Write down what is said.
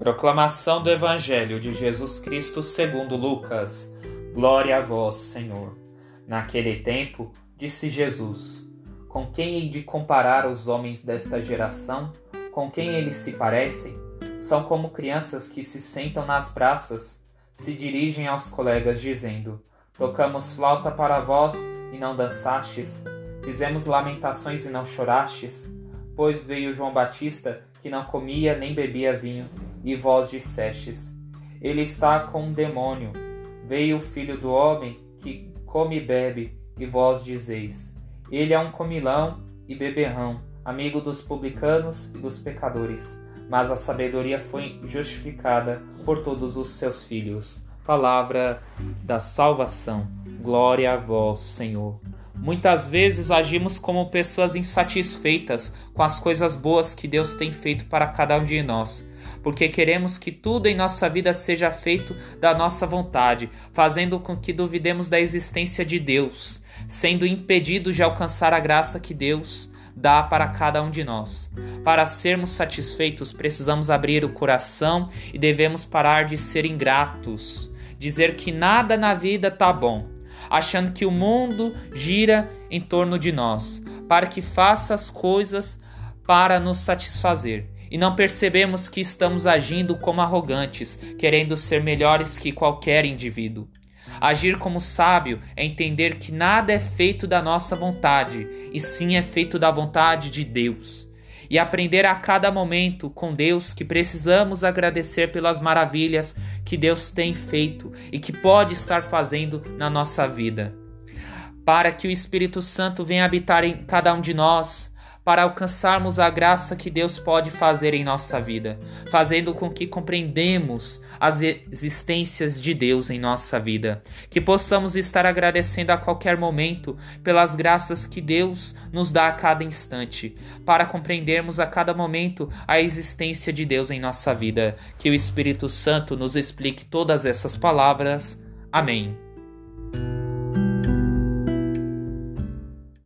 Proclamação do Evangelho de Jesus Cristo segundo Lucas. Glória a vós, Senhor. Naquele tempo, disse Jesus: Com quem hei de comparar os homens desta geração? Com quem eles se parecem? São como crianças que se sentam nas praças, se dirigem aos colegas dizendo: Tocamos flauta para vós e não dançastes, fizemos lamentações e não chorastes. Pois veio João Batista, que não comia nem bebia vinho, e vós dissestes: Ele está com um demônio. Veio o Filho do Homem, que come e bebe, e vós dizeis: Ele é um comilão e beberrão, amigo dos publicanos e dos pecadores. Mas a sabedoria foi justificada por todos os seus filhos. Palavra da salvação. Glória a vós, Senhor. Muitas vezes agimos como pessoas insatisfeitas com as coisas boas que Deus tem feito para cada um de nós, porque queremos que tudo em nossa vida seja feito da nossa vontade, fazendo com que duvidemos da existência de Deus, sendo impedidos de alcançar a graça que Deus dá para cada um de nós. Para sermos satisfeitos, precisamos abrir o coração e devemos parar de ser ingratos, dizer que nada na vida está bom, achando que o mundo gira em torno de nós, para que faça as coisas para nos satisfazer. E não percebemos que estamos agindo como arrogantes, querendo ser melhores que qualquer indivíduo. Agir como sábio é entender que nada é feito da nossa vontade, e sim é feito da vontade de Deus. E aprender a cada momento com Deus que precisamos agradecer pelas maravilhas que Deus tem feito e que pode estar fazendo na nossa vida. Para que o Espírito Santo venha habitar em cada um de nós, para alcançarmos a graça que Deus pode fazer em nossa vida, fazendo com que compreendemos as existências de Deus em nossa vida, que possamos estar agradecendo a qualquer momento pelas graças que Deus nos dá a cada instante, para compreendermos a cada momento a existência de Deus em nossa vida. Que o Espírito Santo nos explique todas essas palavras. Amém.